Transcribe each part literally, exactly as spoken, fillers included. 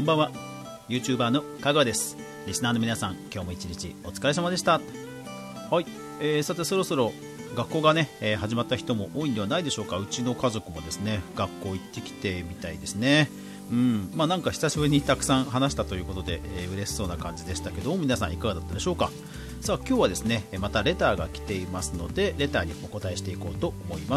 こんばんは。 YouTuber のかぐわです。リスナーの皆さん、今日も一日お疲れ様でした。はい、えー、さてそろそろ学校がね、えー、始まった人も多いんではないでしょうか。うちの家族もですね、学校行ってきてみたいですね。うん、まあなんか久しぶりにたくさん話したということで、えー、嬉しそうな感じでしたけど、皆さんいかがだったでしょうか。さあ今日はですね、またレターが来ていますので、レターにお答えしていこうと思います。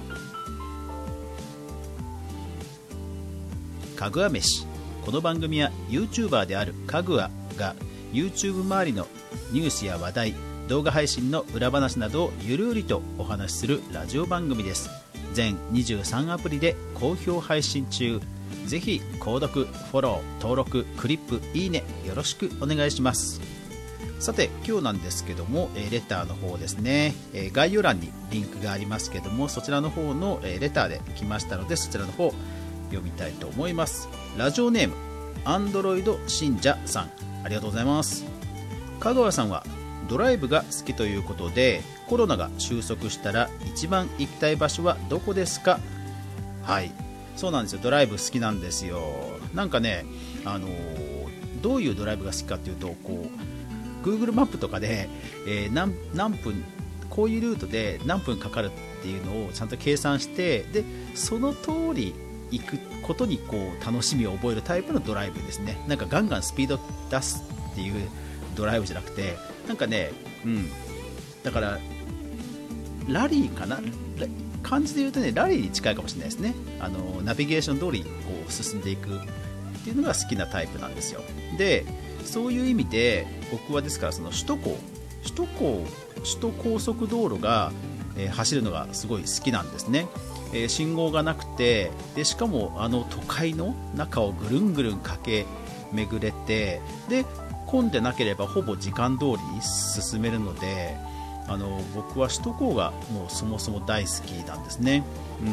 かぐわ飯。この番組は YouTuber であるかぐわが YouTube 周りのニュースや話題、動画配信の裏話などをゆるりとお話しするラジオ番組です。全にじゅうさんアプリで好評配信中。ぜひ購読、フォロー、登録、クリップ、いいねよろしくお願いします。さて今日なんですけども、レターの方ですね、概要欄にリンクがありますけども、そちらの方のレターで来ましたので、そちらの方読みたいと思います。ラジオネームアンドロイド信者さん、ありがとうございます。香川さんはドライブが好きということで、コロナが収束したら一番行きたい場所はどこですか。はい、そうなんですよ。ドライブ好きなんですよ。なんかね、あのー、どういうドライブが好きかというと、こう Google マップとかで、えー、何, 何分こういうルートで何分かかるっていうのをちゃんと計算して、でその通り行くことにこう楽しみを覚えるタイプのドライブですね。なんかガンガンスピード出すっていうドライブじゃなくて、なんかね、うん、だからラリーかな、感じで言うとね、ラリーに近いかもしれないですね。あのナビゲーション通りこう進んでいくっていうのが好きなタイプなんですよ。でそういう意味で僕はですから、その首都高首都高首都高速道路が、えー、走るのがすごい好きなんですね。えー、信号がなくて、でしかもあの都会の中をぐるんぐるん駆け巡れて、で混んでなければほぼ時間通りに進めるので、あの僕は首都高がもうそもそも大好きなんですね。うん、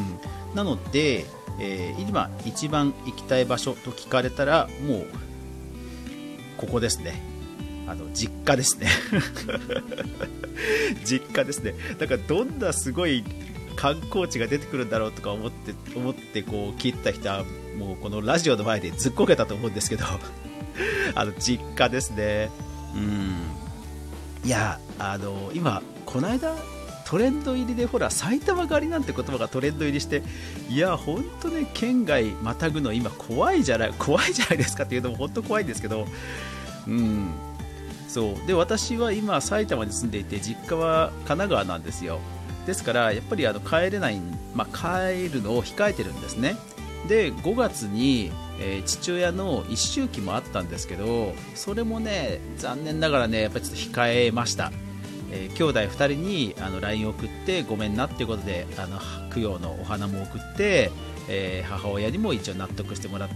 なので、えー、今一番行きたい場所と聞かれたら、もうここですね。あの実家ですね実家ですね。だからどんなすごい観光地が出てくるんだろうとか思って思ってこう聞いた人は、もうこのラジオの前でずっこけたと思うんですけどあの実家ですね。うん、いや、あの今この間トレンド入りで、ほら埼玉狩りなんて言葉がトレンド入りして、いや本当ね、県外またぐの今怖いじゃない怖いじゃないですかっていうのも本当怖いんですけど、うん、そうで私は今埼玉に住んでいて、実家は神奈川なんですよ。ですからやっぱりあの帰れない、まあ、帰るのを控えてるんですね。でごがつに、えー、父親の一周忌もあったんですけど、それもね残念ながらねやっぱりちょっと控えました。えー、兄弟ふたりにあの ライン を送って、ごめんなっていうことであの供養のお花も送って、えー、母親にも一応納得してもらって、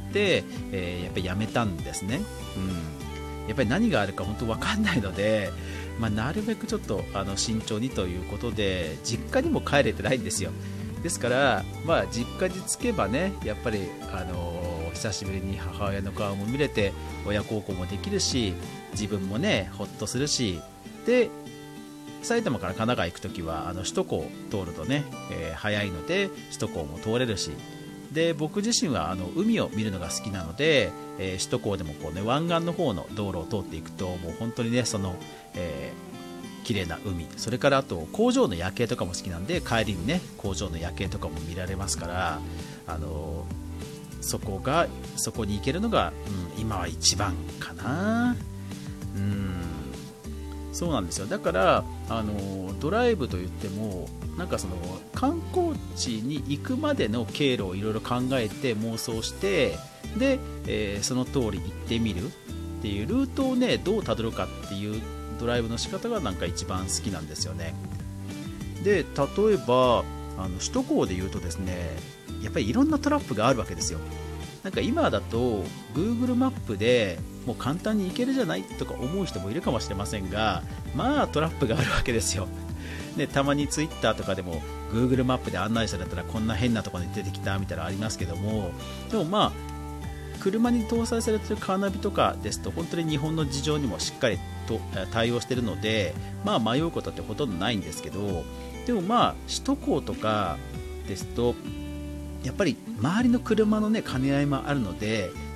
えー、やっぱりやめたんですね。うん、やっぱり何があるか本当分かんないので、まあ、なるべくちょっとあの慎重にということで、実家にも帰れてないんですよ。ですから、まあ、実家に着けばね、やっぱり、あのー、久しぶりに母親の顔も見れて、親孝行もできるし、自分もねほっとするし、で埼玉から神奈川行くときはあの首都高を通るとね、えー、早いので首都高も通れるし、で僕自身はあの海を見るのが好きなので、えー、首都高でもこう、ね、湾岸の方の道路を通っていくと、もう本当にねその、えー、綺麗な海、それからあと工場の夜景とかも好きなんで、帰りにね工場の夜景とかも見られますから、あのー、そこがそこに行けるのが、うん、今は一番かな。うん、そうなんですよ。だからあのドライブといっても、なんかその観光地に行くまでの経路をいろいろ考えて妄想して、で、えー、その通り行ってみるっていうルートをねどうたどるかっていうドライブの仕方がなんか一番好きなんですよね。で例えばあの首都高で言うとですね、やっぱりいろんなトラップがあるわけですよ。なんか今だと Google マップでもう簡単に行けるじゃないとか思う人もいるかもしれませんが、まあトラップがあるわけですよ。でたまに Twitter とかでも Google マップで案内されたらこんな変なところに出てきたみたいなのありますけども、でもまあ車に搭載されているカーナビとかですと本当に日本の事情にもしっかりと対応しているので、まあ迷うことってほとんどないんですけど、でもまあ首都高とかですとやっぱり周りの車の、ね、兼ね合いもあるので、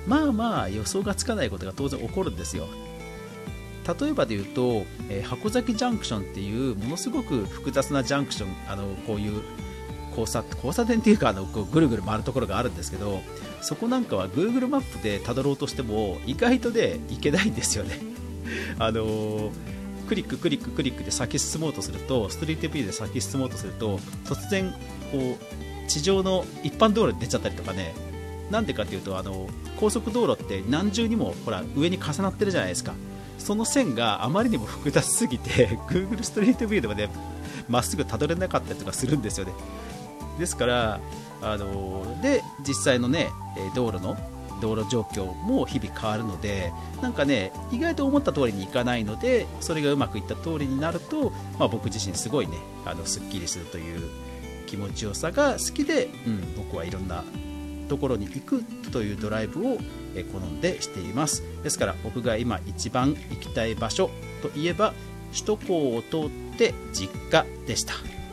まあまあ予想がつかないことが当然起こるんですよ。例えばで言うと、えー、箱崎ジャンクションっていうものすごく複雑なジャンクション、あのこういう交差、交差点っていうか、あのこうぐるぐる回るところがあるんですけど、そこなんかは Google マップで辿ろうとしても意外とね行けないんですよねあのー、クリッククリッククリックで先進もうとすると、ストリートビューで先進もうとすると、突然こう地上の一般道路に出ちゃったりとかね。なんでかっていうと、あの高速道路って何重にもほら上に重なってるじゃないですか。その線があまりにも複雑すぎてGoogle ストリートビューでもねまっすぐたどれなかったりとかするんですよね。ですからあので実際のね道路の道路状況も日々変わるので、なんかね意外と思った通りにいかないので、それがうまくいった通りになると、まあ、僕自身すごいねあのすっきりするという気持ちよさが好きで、うん、僕はいろんなところに行くというドライブを好んでしています。ですから僕が今一番行きたい場所といえば首都高を通って実家でした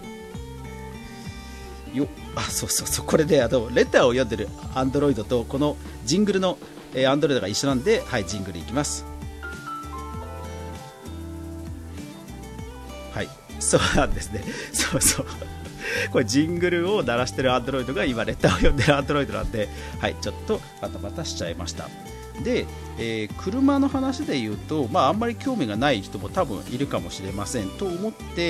よ。あ、そうそうそう、これであのレターを読んでる Android とこのジングルの Android が一緒なんで、はい、ジングルいきます。はい、そうなんですね。そうそうこれジングルを鳴らしてる Android が今レターを読んでる Android なんで、はい、ちょっとバタバタしちゃいました。で、えー、車の話で言うと、まあ、あんまり興味がない人も多分いるかもしれませんと思って、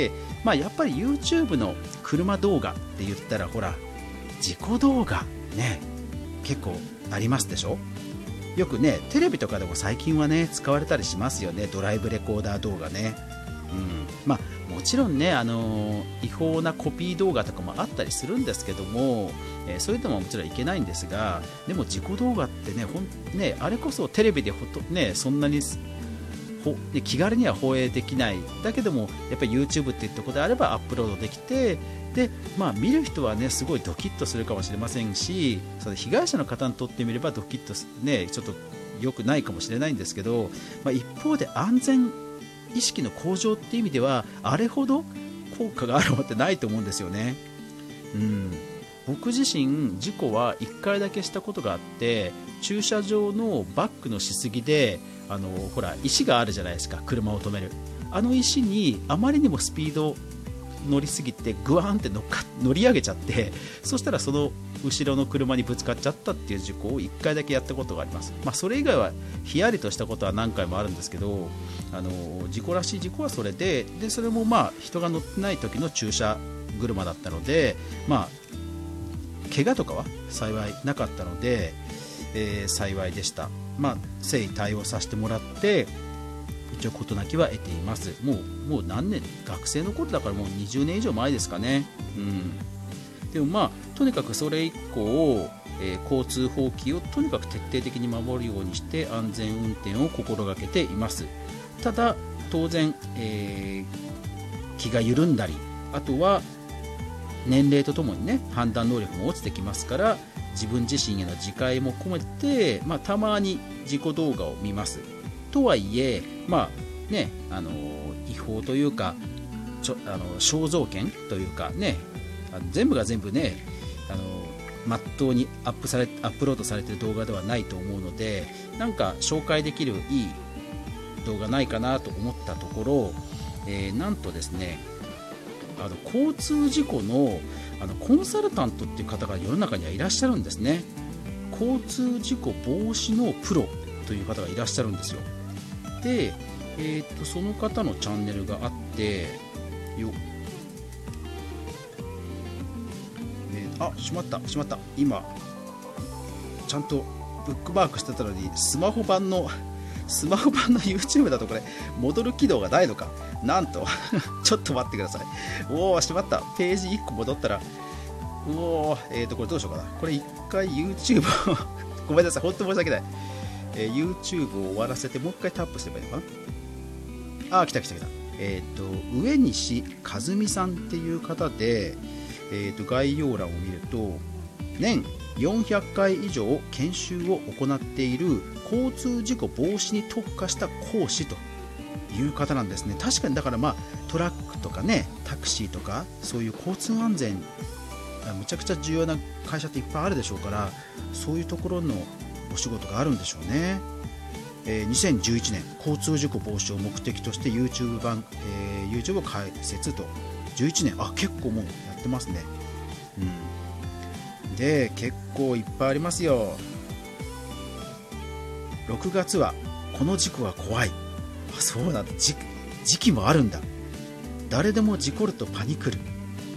まあ、やっぱり YouTube の車動画って言ったらほら事故動画ね結構ありますでしょ。よくねテレビとかでも最近はね使われたりしますよね、ドライブレコーダー動画ね。うん、まあ、もちろんね、あのー、違法なコピー動画とかもあったりするんですけども、えー、それでももちろんいけないんですが、でも事故動画ってね、ほんねあれこそテレビでほと、ね、そんなにほ気軽には放映できない、だけどもやっぱり YouTube っていうところであればアップロードできて、で、まあ、見る人はねすごいドキッとするかもしれませんし、その被害者の方にとってみればドキッとねちょっと良くないかもしれないんですけど、まあ、一方で安全意識の向上っていう意味ではあれほど効果があるものってないと思うんですよね。うん、僕自身事故はいっかいだけしたことがあって、駐車場のバックのしすぎであのほら石があるじゃないですか、車を止めるあの石にあまりにもスピード乗りすぎてグワーンって乗っか乗り上げちゃって、そしたらその後ろの車にぶつかっちゃったっていう事故をいっかいだけやったことがあります。まあ、それ以外はヒヤリとしたことは何回もあるんですけど、あの事故らしい事故はそれ で, でそれもまあ人が乗ってない時の駐車車だったので、まあ怪我とかは幸いなかったので、えー、幸いでした。まあ、誠意対応させてもらって一応事なきは得ています。もう、もう何年、学生の頃だからもうにじゅうねん以上前ですかね。うん、でもまあとにかくそれ以降、えー、交通法規をとにかく徹底的に守るようにして安全運転を心がけています。ただ当然、えー、気が緩んだり、あとは年齢とともにね判断能力も落ちてきますから、自分自身への自戒も込めて、まあ、たまに事故動画を見ます。とはいえ、まあね、あの違法というかちょあの肖像権というかね、あの全部が全部ねあのまっとうにアップされアップロードされている動画ではないと思うので、なんか紹介できるいい動画ないかなと思ったところ、えー、なんとですね、あの交通事故の、あのコンサルタントっていう方が世の中にはいらっしゃるんですね。交通事故防止のプロという方がいらっしゃるんですよ。で、えー、とその方のチャンネルがあってよ、えー、あしまったしまった今ちゃんとブックマークしてたのにスマホ版のスマホ版の YouTube だとこれ戻る機能がないのか、なんとちょっと待ってください。おおしまった、ページいっこ戻ったら、おおえーとこれどうしようかな、これ一回 YouTube をごめんなさい、本当申し訳ない、えー、YouTube を終わらせてもう一回タップすればいいのかな。あ、来た来た来た。えっ、ー、と上西和美さんっていう方で、えー、と概要欄を見ると年よんひゃっかい以上研修を行っている交通事故防止に特化した講師という方なんですね。確かにだから、まあ、トラックとかねタクシーとかそういう交通安全むちゃくちゃ重要な会社っていっぱいあるでしょうから、そういうところのお仕事があるんでしょうね。えー、にせんじゅういちねん交通事故防止を目的として YouTube 版、えー、YouTube を開設と。じゅういちねん、あ、結構もうやってますね。うん、で結構いっぱいありますよ。ろくがつはこの事故は怖い。あ、そうなんだ、時期もあるんだ。誰でも事故るとパニクる。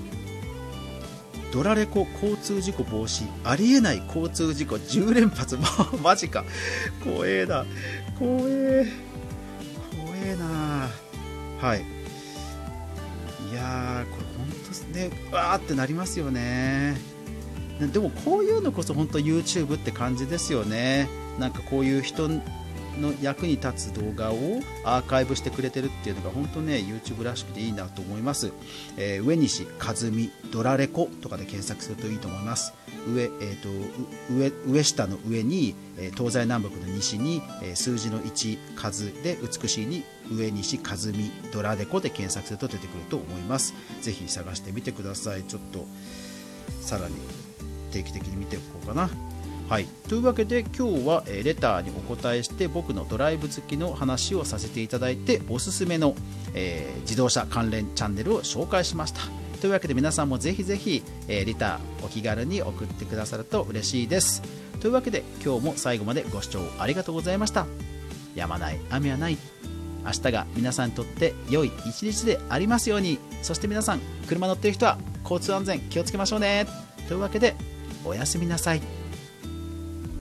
ドラレコ交通事故防止、ありえない交通事故じゅうれん発マジか、怖えな、怖え怖えな。はい、いやーこれ本当ですね、わーってなりますよね。でもこういうのこそ本当 YouTube って感じですよね。なんかこういう人の役に立つ動画をアーカイブしてくれてるっていうのが本当ね YouTube らしくていいなと思います。えー、上西和美ドラレコとかで検索するといいと思います。上、えー、と上, 上下の上に、えー、東西南北の西に、えー、数字のいち数で美しいに上西和美ドラレコで検索すると出てくると思います。ぜひ探してみてください。ちょっとさらに定期的に見ておこうかな。はい、というわけで今日はレターにお答えして僕のドライブ好きの話をさせていただいておすすめの、えー、自動車関連チャンネルを紹介しました。というわけで皆さんもぜひぜひ、えー、レターお気軽に送ってくださると嬉しいです。というわけで今日も最後までご視聴ありがとうございました。やまない雨はない。明日が皆さんにとって良い一日でありますように。そして皆さん車乗っている人は交通安全気をつけましょうね。というわけでおやすみなさい。